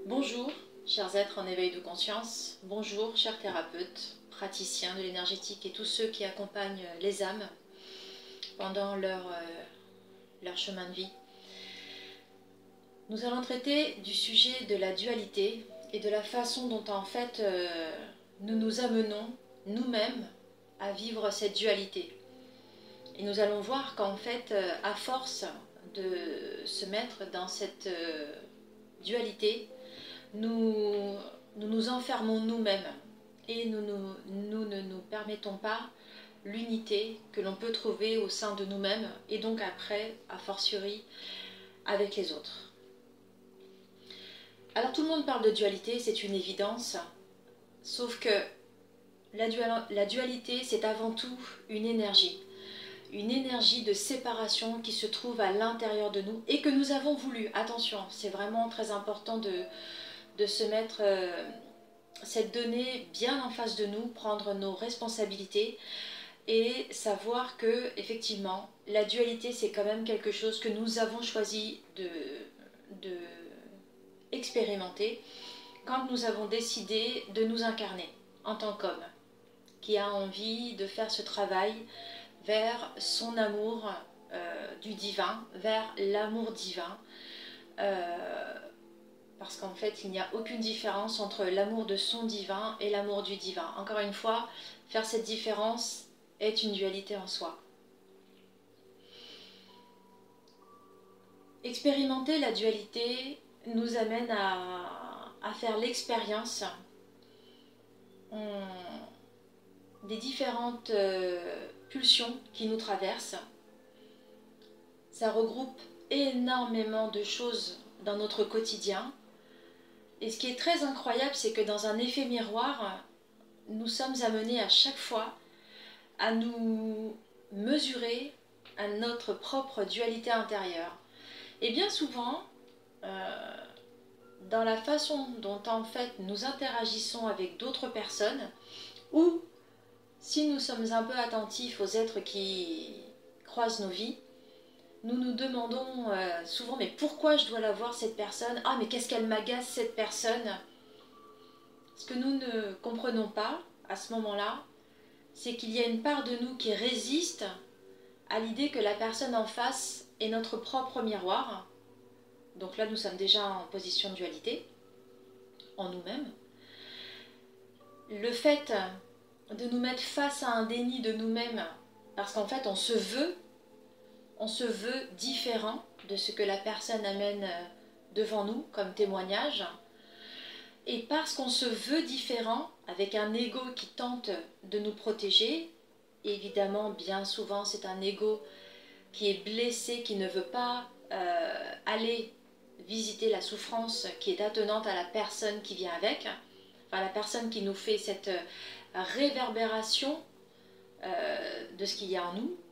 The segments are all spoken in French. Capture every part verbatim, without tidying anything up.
Bonjour, chers êtres en éveil de conscience. Bonjour, chers thérapeutes, praticiens de l'énergétique et tous ceux qui accompagnent les âmes pendant leur, euh, leur chemin de vie. Nous allons traiter du sujet de la dualité et de la façon dont en fait euh, nous nous amenons nous-mêmes à vivre cette dualité. Et nous allons voir qu'en fait, euh, à force de se mettre dans cette euh, dualité, nous, nous nous enfermons nous-mêmes et nous, nous, nous ne nous permettons pas l'unité que l'on peut trouver au sein de nous-mêmes et donc après, a fortiori, avec les autres. Alors tout le monde parle de dualité, c'est une évidence, sauf que la, dual, la dualité, c'est avant tout une énergie. Une énergie de séparation qui se trouve à l'intérieur de nous et que nous avons voulu. Attention, c'est vraiment très important de, de se mettre euh, cette donnée bien en face de nous, prendre nos responsabilités et savoir que effectivement la dualité c'est quand même quelque chose que nous avons choisi de, de expérimenter quand nous avons décidé de nous incarner en tant qu'homme qui a envie de faire ce travail vers son amour euh, du divin, vers l'amour divin. Euh, parce qu'en fait, il n'y a aucune différence entre l'amour de son divin et l'amour du divin. Encore une fois, faire cette différence est une dualité en soi. Expérimenter la dualité nous amène à, à faire l'expérience des différentes euh, pulsions qui nous traversent. Ça regroupe énormément de choses dans notre quotidien. Et ce qui est très incroyable, c'est que dans un effet miroir, nous sommes amenés à chaque fois à nous mesurer à notre propre dualité intérieure. Et bien souvent, euh, dans la façon dont en fait nous interagissons avec d'autres personnes, ou si nous sommes un peu attentifs aux êtres qui croisent nos vies, nous nous demandons euh, souvent mais pourquoi je dois la voir cette personne? Ah mais qu'est-ce qu'elle m'agace cette personne? Ce que nous ne comprenons pas à ce moment-là, c'est qu'il y a une part de nous qui résiste à l'idée que la personne en face est notre propre miroir. Donc là nous sommes déjà en position de dualité en nous-mêmes. Le fait de nous mettre face à un déni de nous-mêmes, parce qu'en fait on se veut, on se veut différent de ce que la personne amène devant nous comme témoignage, et parce qu'on se veut différent, avec un ego qui tente de nous protéger, évidemment bien souvent c'est un ego qui est blessé, qui ne veut pas euh, aller visiter la souffrance qui est attenante à la personne qui vient avec, enfin la personne qui nous fait cette réverbération euh, de ce qu'il y a en nous.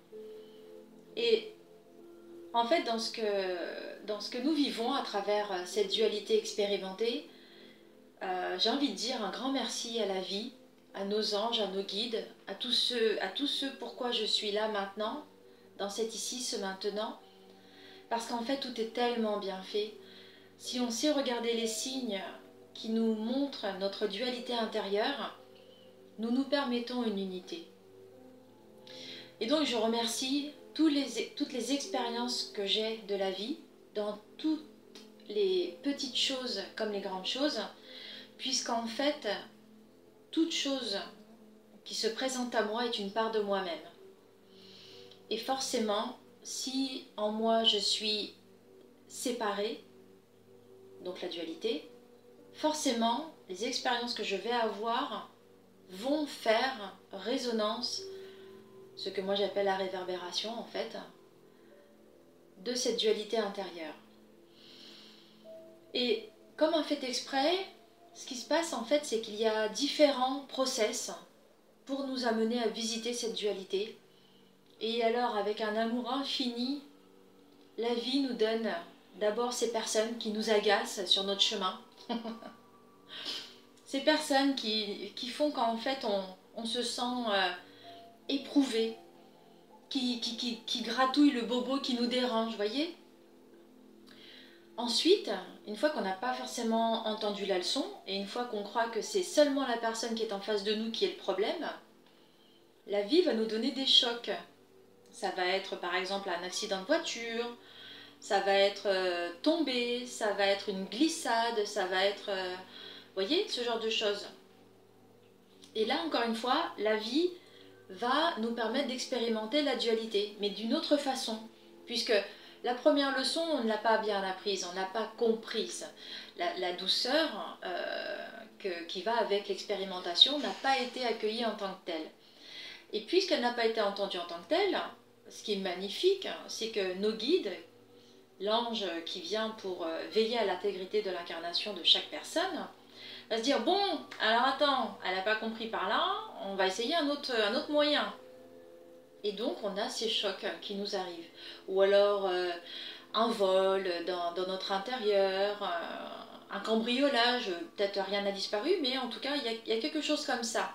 Et en fait, dans ce, que, dans ce que nous vivons à travers cette dualité expérimentée, euh, j'ai envie de dire un grand merci à la vie, à nos anges, à nos guides, à tous ceux, à tous ceux pourquoi je suis là maintenant, dans cet ici, ce maintenant, parce qu'en fait tout est tellement bien fait. Si on sait regarder les signes qui nous montrent notre dualité intérieure, nous nous permettons une unité. Et donc je remercie tous les, toutes les expériences que j'ai de la vie, dans toutes les petites choses comme les grandes choses, puisqu'en fait, toute chose qui se présente à moi est une part de moi-même. Et forcément, si en moi je suis séparée, donc la dualité, forcément, les expériences que je vais avoir vont faire résonance, ce que moi j'appelle la réverbération en fait, de cette dualité intérieure. Et comme un fait exprès, ce qui se passe en fait, c'est qu'il y a différents process pour nous amener à visiter cette dualité. Et alors, avec un amour infini, la vie nous donne d'abord ces personnes qui nous agacent sur notre chemin. Ces personnes qui, qui font qu'en fait on, on se sent euh, éprouvé, qui, qui, qui, qui gratouillent le bobo qui nous dérange, voyez. Ensuite, une fois qu'on n'a pas forcément entendu la leçon, et une fois qu'on croit que c'est seulement la personne qui est en face de nous qui est le problème, la vie va nous donner des chocs. Ça va être par exemple un accident de voiture, ça va être euh, tomber, ça va être une glissade, ça va être... Euh, vous voyez, ce genre de choses. Et là, encore une fois, la vie va nous permettre d'expérimenter la dualité, mais d'une autre façon. Puisque la première leçon, on ne l'a pas bien apprise, on n'a pas comprise. La, la douceur euh, que, qui va avec l'expérimentation n'a pas été accueillie en tant que telle. Et puisqu'elle n'a pas été entendue en tant que telle, ce qui est magnifique, c'est que nos guides, l'ange qui vient pour veiller à l'intégrité de l'incarnation de chaque personne, va se dire, bon, alors attends, elle n'a pas compris par là, on va essayer un autre, un autre moyen. Et donc on a ces chocs qui nous arrivent. Ou alors euh, un vol dans, dans notre intérieur, euh, un cambriolage, peut-être rien n'a disparu, mais en tout cas il y a, il y a quelque chose comme ça.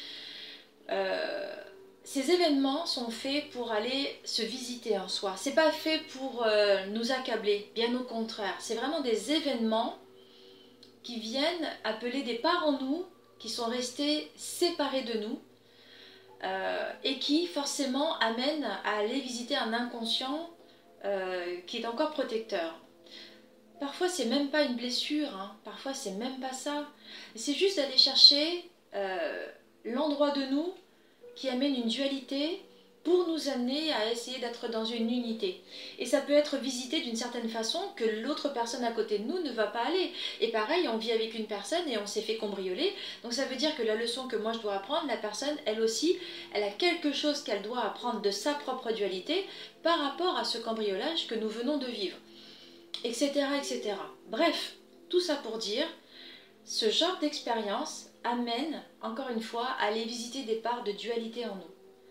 Euh, ces événements sont faits pour aller se visiter en soi. C'est pas fait pour euh, nous accabler, bien au contraire. C'est vraiment des événements qui viennent appeler des parts en nous qui sont restés séparés de nous euh, et qui forcément amènent à aller visiter un inconscient euh, qui est encore protecteur. Parfois c'est même pas une blessure, hein. Parfois c'est même pas ça. C'est juste d'aller chercher euh, l'endroit de nous qui amène une dualité pour nous amener à essayer d'être dans une unité. Et ça peut être visité d'une certaine façon que l'autre personne à côté de nous ne va pas aller. Et pareil, on vit avec une personne et on s'est fait cambrioler. Donc ça veut dire que la leçon que moi je dois apprendre, la personne, elle aussi, elle a quelque chose qu'elle doit apprendre de sa propre dualité par rapport à ce cambriolage que nous venons de vivre. Etc. et cetera. Bref, tout ça pour dire, ce genre d'expérience amène, encore une fois, à aller visiter des parts de dualité en nous.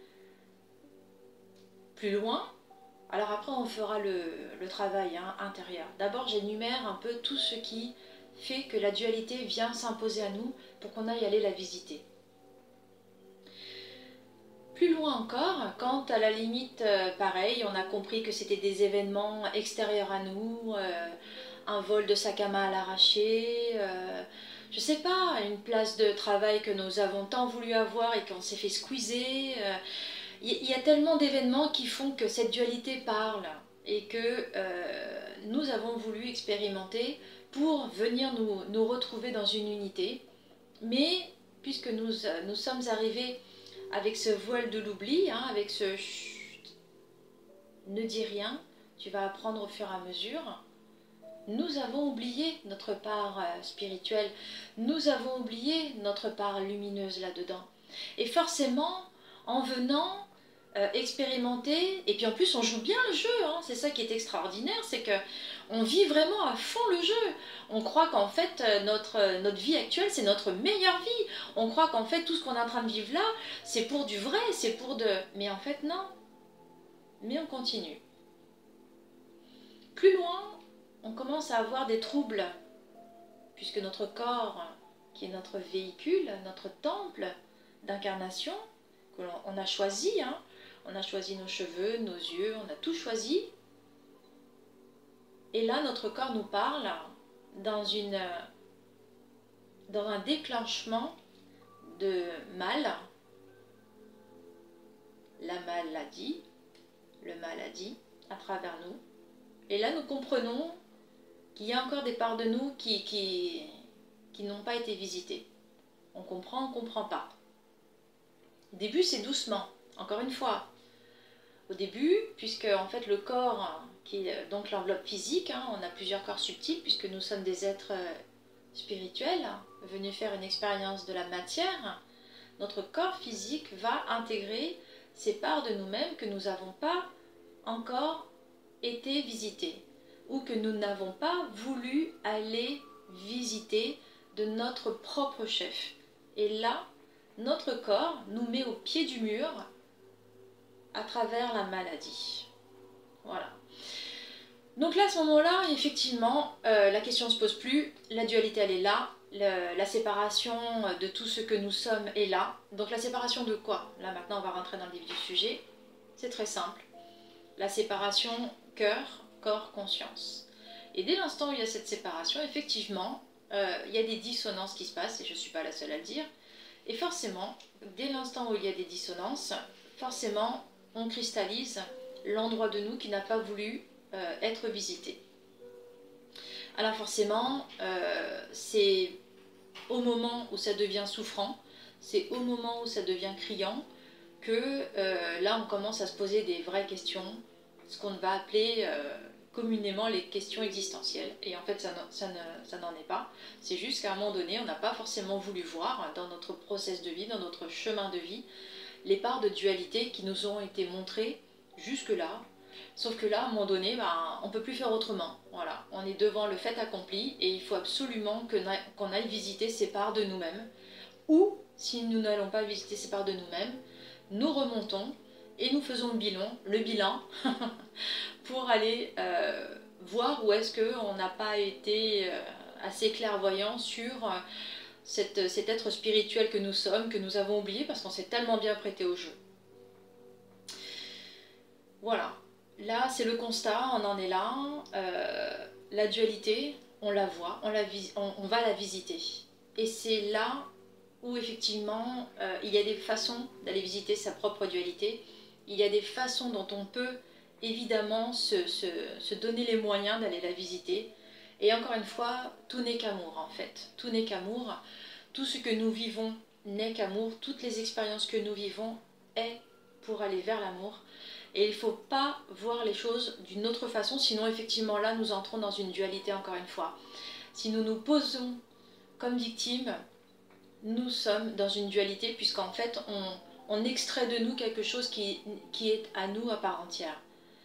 Plus loin, alors après on fera le, le travail hein, intérieur. D'abord j'énumère un peu tout ce qui fait que la dualité vient s'imposer à nous pour qu'on aille aller la visiter. Plus loin encore, quand à la limite, euh, pareil, on a compris que c'était des événements extérieurs à nous, euh, un vol de sac à main à l'arraché, euh, je sais pas, une place de travail que nous avons tant voulu avoir et qu'on s'est fait squeezer. Euh, il y a tellement d'événements qui font que cette dualité parle et que euh, nous avons voulu expérimenter pour venir nous, nous retrouver dans une unité. Mais puisque nous, nous sommes arrivés avec ce voile de l'oubli, hein, avec ce chut, ne dis rien, tu vas apprendre au fur et à mesure, nous avons oublié notre part euh, spirituelle, nous avons oublié notre part lumineuse là-dedans. Et forcément, en venant euh, expérimenter, et puis en plus on joue bien le jeu, hein, c'est ça qui est extraordinaire, c'est que on vit vraiment à fond le jeu. On croit qu'en fait notre, notre vie actuelle c'est notre meilleure vie. On croit qu'en fait tout ce qu'on est en train de vivre là, c'est pour du vrai, c'est pour de... Mais en fait non. Mais on continue. Plus loin, on commence à avoir des troubles, puisque notre corps, qui est notre véhicule, notre temple d'incarnation, qu'on a choisi, hein, on a choisi nos cheveux, nos yeux, on a tout choisi. Et là, notre corps nous parle dans, une, dans un déclenchement de mal. La maladie, le maladie à travers nous. Et là, nous comprenons qu'il y a encore des parts de nous qui, qui, qui n'ont pas été visitées. On comprend, on ne comprend pas. Au début, c'est doucement, encore une fois. Au début, puisque en fait le corps, qui est donc l'enveloppe physique, hein, on a plusieurs corps subtils, puisque nous sommes des êtres spirituels, venus faire une expérience de la matière, notre corps physique va intégrer ces parts de nous-mêmes que nous n'avons pas encore été visitées, ou que nous n'avons pas voulu aller visiter de notre propre chef. Et là, notre corps nous met au pied du mur à travers la maladie. Voilà. Donc là, à ce moment-là, effectivement, euh, la question ne se pose plus, la dualité, elle est là, le, la séparation de tout ce que nous sommes est là. Donc la séparation de quoi? Là, maintenant, on va rentrer dans le vif du sujet. C'est très simple. La séparation cœur, corps, conscience. Et dès l'instant où il y a cette séparation, effectivement, euh, il y a des dissonances qui se passent, et je ne suis pas la seule à le dire. Et forcément, dès l'instant où il y a des dissonances, forcément, on cristallise l'endroit de nous qui n'a pas voulu euh, être visité. Alors forcément, euh, c'est au moment où ça devient souffrant, c'est au moment où ça devient criant, que euh, là on commence à se poser des vraies questions, ce qu'on va appeler euh, communément les questions existentielles. Et en fait ça, ça, ne, ça n'en est pas, c'est juste qu'à un moment donné on n'a pas forcément voulu voir dans notre process de vie, dans notre chemin de vie, les parts de dualité qui nous ont été montrées jusque-là. Sauf que là, à un moment donné, bah, on ne peut plus faire autrement. Voilà, on est devant le fait accompli et il faut absolument que, qu'on aille visiter ces parts de nous-mêmes. Ou, si nous n'allons pas visiter ces parts de nous-mêmes, nous remontons et nous faisons le bilan, le bilan pour aller euh, voir où est-ce qu'on n'a pas été euh, assez clairvoyant sur euh, cette, cet être spirituel que nous sommes, que nous avons oublié parce qu'on s'est tellement bien prêté au jeu. Voilà. Là, c'est le constat, on en est là. Euh, la dualité, on la voit, on, la on, on va la visiter. Et c'est là où, effectivement, euh, il y a des façons d'aller visiter sa propre dualité. Il y a des façons dont on peut, évidemment, se, se, se donner les moyens d'aller la visiter. Et encore une fois, tout n'est qu'amour, en fait. Tout n'est qu'amour. Tout ce que nous vivons n'est qu'amour. Toutes les expériences que nous vivons est pour aller vers l'amour. Et il ne faut pas voir les choses d'une autre façon, sinon effectivement là nous entrons dans une dualité encore une fois. Si nous nous posons comme victimes, nous sommes dans une dualité puisqu'en fait on, on extrait de nous quelque chose qui, qui est à nous à part entière.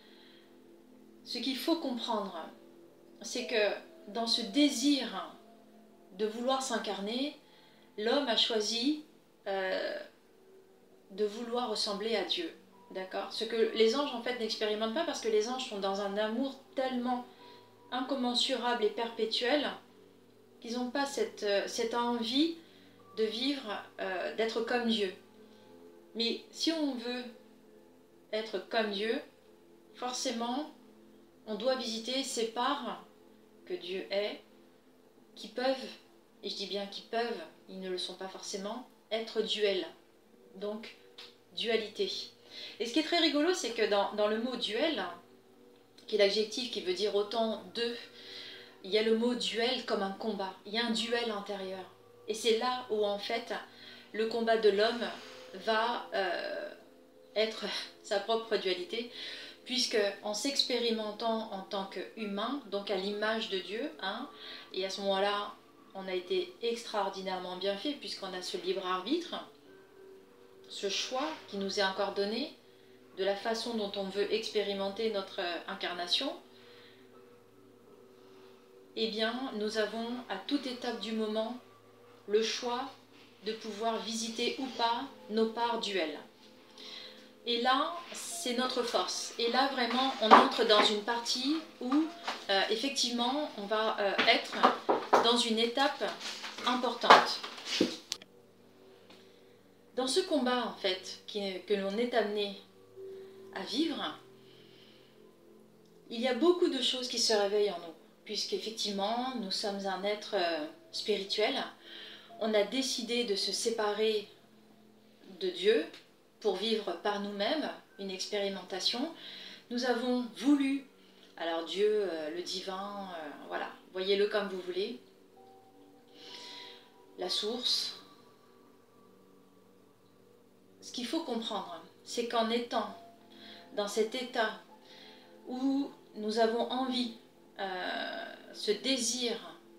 Ce qu'il faut comprendre, c'est que dans ce désir de vouloir s'incarner, l'homme a choisi euh, de vouloir ressembler à Dieu. D'accord. Ce que les anges en fait n'expérimentent pas parce que les anges sont dans un amour tellement incommensurable et perpétuel qu'ils n'ont pas cette, cette envie de vivre, euh, d'être comme Dieu. Mais si on veut être comme Dieu, forcément on doit visiter ces parts que Dieu est, qui peuvent, et je dis bien qui peuvent, ils ne le sont pas forcément, être duels. Donc dualité. Et ce qui est très rigolo, c'est que dans, dans le mot duel, qui est l'adjectif qui veut dire autant deux, il y a le mot duel comme un combat. Il y a un duel intérieur. Et c'est là où en fait le combat de l'homme va euh, être sa propre dualité, puisque en s'expérimentant en tant qu'humain, donc à l'image de Dieu, hein, et à ce moment-là, on a été extraordinairement bien fait, puisqu'on a ce libre arbitre, ce choix qui nous est encore donné, de la façon dont on veut expérimenter notre incarnation, eh bien, nous avons à toute étape du moment le choix de pouvoir visiter ou pas nos parts duels. Et là, c'est notre force. Et là, vraiment, on entre dans une partie où, euh, effectivement, on va euh, être dans une étape importante. Dans ce combat, en fait, qui, que l'on est amené à vivre, il y a beaucoup de choses qui se réveillent en nous, puisqu'effectivement, nous sommes un être euh, spirituel. On a décidé de se séparer de Dieu pour vivre par nous-mêmes une expérimentation. Nous avons voulu, alors Dieu, euh, le divin, euh, voilà, voyez-le comme vous voulez, la source. Ce qu'il faut comprendre, c'est qu'en étant dans cet état où nous avons envie, euh, ce désir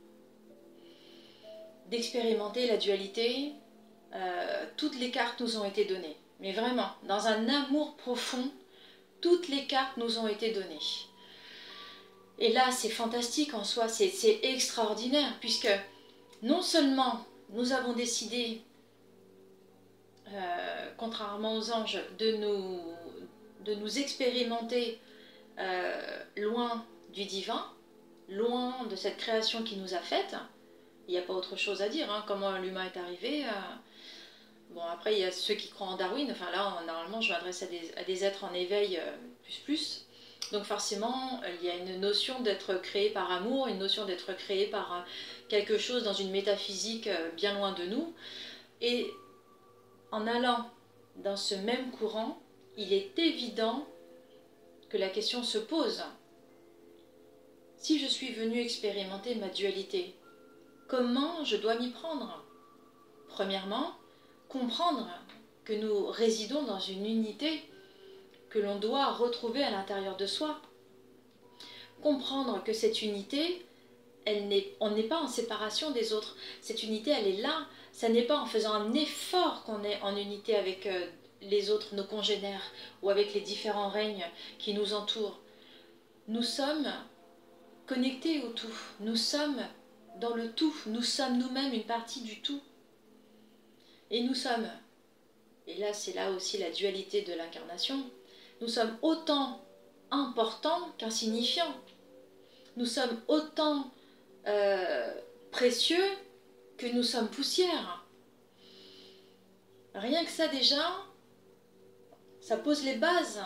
d'expérimenter la dualité, euh, toutes les cartes nous ont été données. Mais vraiment, dans un amour profond, toutes les cartes nous ont été données. Et là, c'est fantastique en soi, c'est extraordinaire, puisque non seulement nous avons décidé, euh, contrairement aux anges, de nous, de nous expérimenter euh, loin du divin, loin de cette création qui nous a faite. Il n'y a pas autre chose à dire, hein, comment l'humain est arrivé. Euh... Bon, après, il y a ceux qui croient en Darwin. Enfin, là, normalement, je m'adresse à des, à des êtres en éveil euh, plus plus. Donc forcément, il y a une notion d'être créé par amour, une notion d'être créé par quelque chose dans une métaphysique bien loin de nous. Et en allant dans ce même courant, il est évident que la question se pose. Si je suis venu expérimenter ma dualité, comment je dois m'y prendre? Premièrement, comprendre que nous résidons dans une unité que l'on doit retrouver à l'intérieur de soi. Comprendre que cette unité, elle n'est, on n'est pas en séparation des autres. Cette unité, elle est là. Ça n'est pas en faisant un effort qu'on est en unité avec euh, les autres, nos congénères, ou avec les différents règnes qui nous entourent. Nous sommes connectés au tout. Nous sommes dans le tout. Nous sommes nous-mêmes une partie du tout. Et nous sommes, et là c'est là aussi la dualité de l'incarnation, nous sommes autant importants qu'insignifiants. Nous sommes autant euh, précieux que nous sommes poussière. Rien que ça déjà, ça pose les bases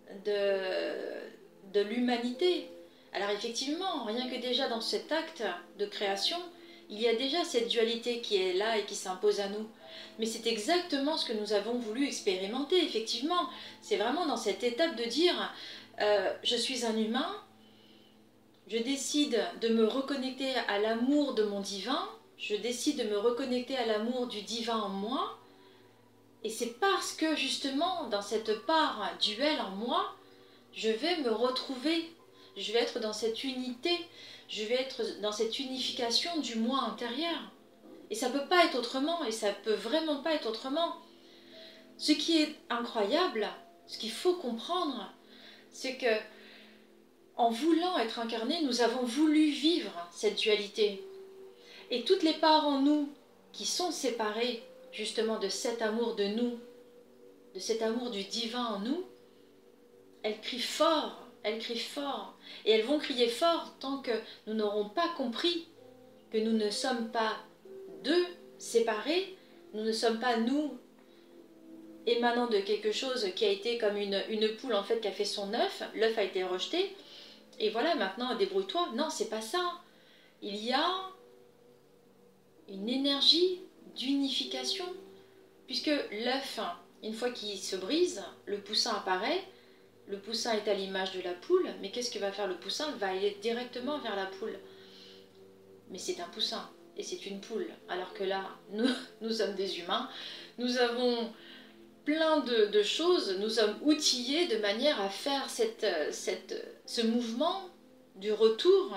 de, de l'humanité. Alors effectivement, rien que déjà dans cet acte de création, il y a déjà cette dualité qui est là et qui s'impose à nous. Mais c'est exactement ce que nous avons voulu expérimenter, effectivement. C'est vraiment dans cette étape de dire, euh, je suis un humain, je décide de me reconnecter à l'amour de mon divin, je décide de me reconnecter à l'amour du divin en moi, et c'est parce que justement, dans cette part duelle en moi, je vais me retrouver, je vais être dans cette unité, je vais être dans cette unification du moi intérieur. Et ça ne peut pas être autrement, et ça ne peut vraiment pas être autrement. Ce qui est incroyable, ce qu'il faut comprendre, c'est que en voulant être incarné, nous avons voulu vivre cette dualité. Et toutes les parts en nous qui sont séparées justement de cet amour de nous, de cet amour du divin en nous, elles crient fort, elles crient fort. Et elles vont crier fort tant que nous n'aurons pas compris que nous ne sommes pas deux séparés, nous ne sommes pas nous émanant de quelque chose qui a été comme une, une poule en fait qui a fait son œuf, l'œuf a été rejeté, et voilà maintenant débrouille-toi. Non, c'est pas ça. Il y a une énergie d'unification, puisque l'œuf, une fois qu'il se brise, le poussin apparaît, le poussin est à l'image de la poule, mais qu'est-ce que va faire le poussin? Il va aller directement vers la poule. Mais c'est un poussin, et c'est une poule, alors que là, nous, nous sommes des humains, nous avons plein de, de choses, nous sommes outillés de manière à faire cette, cette, ce mouvement du retour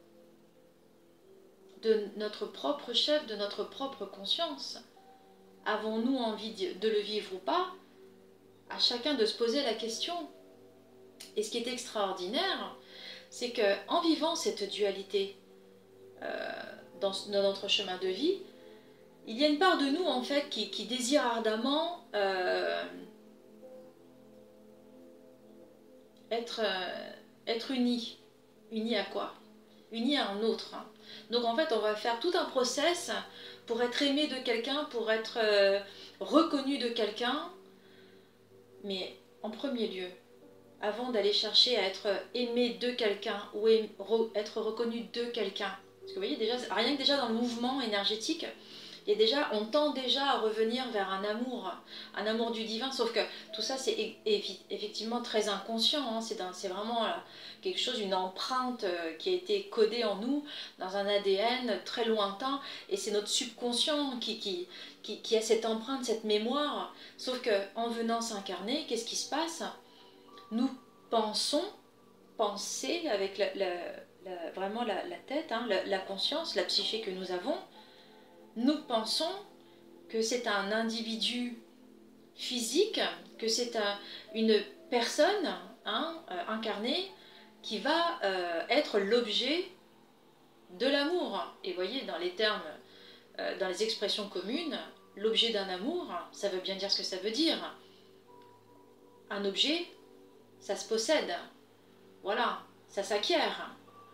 de notre propre chef, de notre propre conscience. Avons-nous envie de le vivre ou pas? À chacun de se poser la question. Et ce qui est extraordinaire, c'est qu'en vivant cette dualité euh, dans, dans notre chemin de vie, il y a une part de nous en fait qui, qui désire ardemment euh, être, euh, être unis. Unis à quoi? Unis à un autre. Donc en fait on va faire tout un process pour être aimé de quelqu'un, pour être euh, reconnu de quelqu'un. Mais en premier lieu, avant d'aller chercher à être aimé de quelqu'un ou être reconnu de quelqu'un, parce que vous voyez déjà, rien que déjà dans le mouvement énergétique, il y a déjà, on tend déjà à revenir vers un amour, un amour du divin, sauf que tout ça c'est effectivement très inconscient, hein, c'est vraiment quelque chose, une empreinte qui a été codée en nous, dans un A D N très lointain, et c'est notre subconscient qui, qui, qui, qui a cette empreinte, cette mémoire, sauf qu'en venant s'incarner, qu'est-ce qui se passe? Nous pensons, penser avec la, la, la, vraiment la, la tête, hein, la, la conscience, la psyché que nous avons, nous pensons que c'est un individu physique, que c'est un, une personne hein, euh, incarnée qui va euh, être l'objet de l'amour. Et vous voyez, dans les termes, euh, dans les expressions communes, l'objet d'un amour, ça veut bien dire ce que ça veut dire. Un objet, ça se possède. Voilà, ça s'acquiert.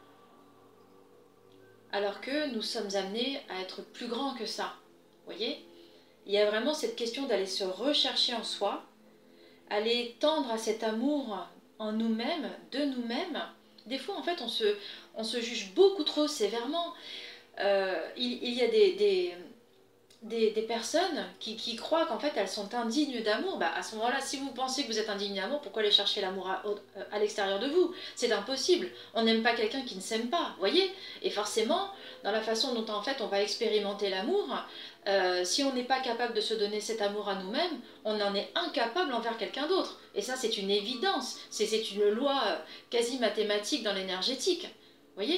Alors que nous sommes amenés à être plus grands que ça. Vous voyez? Il y a vraiment cette question d'aller se rechercher en soi, aller tendre à cet amour en nous-mêmes, de nous-mêmes. Des fois, en fait, on se, on se juge beaucoup trop sévèrement. Euh, il, il y a des, des, des, des personnes qui, qui croient qu'en fait, elles sont indignes d'amour. Bah, à ce moment-là, si vous pensez que vous êtes indigne d'amour, pourquoi aller chercher l'amour à, à l'extérieur de vous? C'est impossible. On n'aime pas quelqu'un qui ne s'aime pas, voyez? Et forcément, dans la façon dont en fait on va expérimenter l'amour, euh, si on n'est pas capable de se donner cet amour à nous-mêmes, on en est incapable envers quelqu'un d'autre. Et ça, c'est une évidence. C'est une loi quasi mathématique dans l'énergétique. Voyez?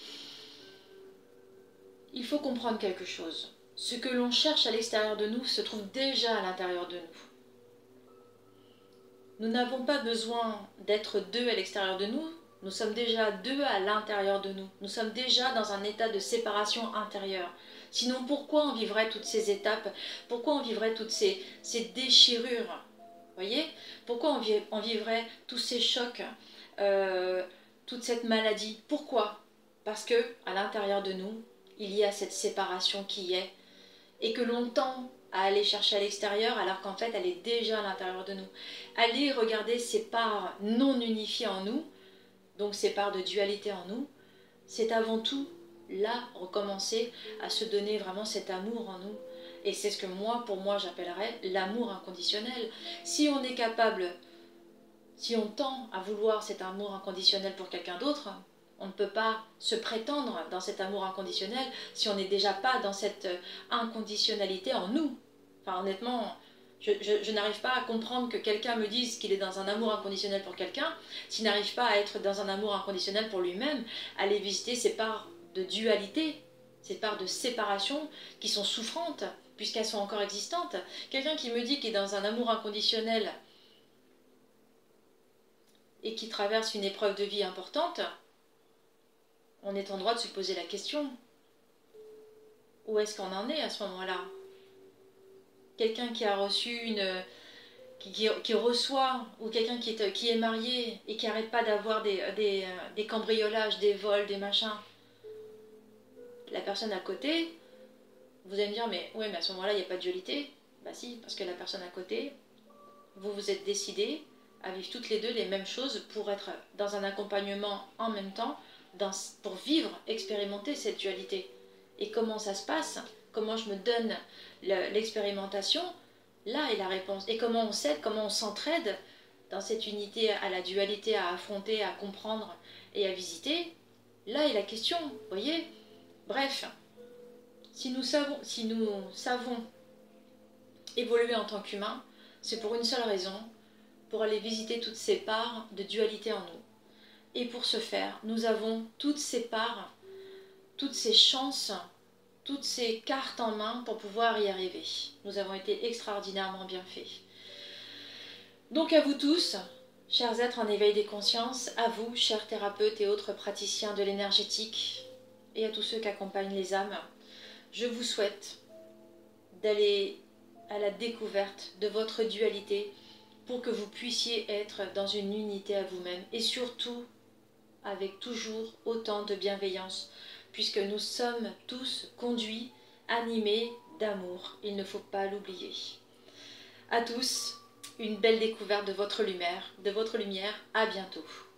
Il faut comprendre quelque chose. Ce que l'on cherche à l'extérieur de nous se trouve déjà à l'intérieur de nous. Nous n'avons pas besoin d'être deux à l'extérieur de nous, nous sommes déjà deux à l'intérieur de nous. Nous sommes déjà dans un état de séparation intérieure. Sinon, pourquoi on vivrait toutes ces étapes? Pourquoi on vivrait toutes ces, ces déchirures? Voyez? Pourquoi on, vi on vivrait tous ces chocs, euh, toute cette maladie? Pourquoi? Parce que à l'intérieur de nous, il y a cette séparation qui est, et que l'on tend à aller chercher à l'extérieur alors qu'en fait elle est déjà à l'intérieur de nous. Allez regarder ces parts non unifiées en nous, donc ces parts de dualité en nous, c'est avant tout là recommencer à se donner vraiment cet amour en nous. Et c'est ce que moi, pour moi, j'appellerais l'amour inconditionnel. Si on est capable, si on tend à vouloir cet amour inconditionnel pour quelqu'un d'autre, on ne peut pas se prétendre dans cet amour inconditionnel si on n'est déjà pas dans cette inconditionnalité en nous. Enfin, honnêtement, je, je, je n'arrive pas à comprendre que quelqu'un me dise qu'il est dans un amour inconditionnel pour quelqu'un, s'il n'arrive pas à être dans un amour inconditionnel pour lui-même, aller visiter ses parts de dualité, ces parts de séparation qui sont souffrantes, puisqu'elles sont encore existantes. Quelqu'un qui me dit qu'il est dans un amour inconditionnel et qui traverse une épreuve de vie importante, on est en droit de se poser la question. Où est-ce qu'on en est à ce moment-là? Quelqu'un qui a reçu une... Qui, qui, qui reçoit, ou quelqu'un qui est, qui est marié et qui n'arrête pas d'avoir des, des, des cambriolages, des vols, des machins. La personne à côté, vous allez me dire, mais ouais, mais à ce moment-là, il n'y a pas de dualité. Bah si, parce que la personne à côté, vous vous êtes décidés à vivre toutes les deux les mêmes choses pour être dans un accompagnement en même temps, dans, pour vivre, expérimenter cette dualité. Et comment ça se passe? Comment je me donne l'expérimentation? Là est la réponse. Et comment on s'aide, comment on s'entraide dans cette unité à la dualité à affronter, à comprendre et à visiter? Là est la question, vous voyez? Bref, si nous savons, si nous savons évoluer en tant qu'humains, c'est pour une seule raison, pour aller visiter toutes ces parts de dualité en nous. Et pour ce faire, nous avons toutes ces parts, toutes ces chances, toutes ces cartes en main pour pouvoir y arriver. Nous avons été extraordinairement bien faits. Donc à vous tous, chers êtres en éveil des consciences, à vous, chers thérapeutes et autres praticiens de l'énergétique, et à tous ceux qui accompagnent les âmes, je vous souhaite d'aller à la découverte de votre dualité pour que vous puissiez être dans une unité à vous-même et surtout avec toujours autant de bienveillance, puisque nous sommes tous conduits, animés d'amour. Il ne faut pas l'oublier. À tous, une belle découverte de votre lumière, de votre lumière. À bientôt.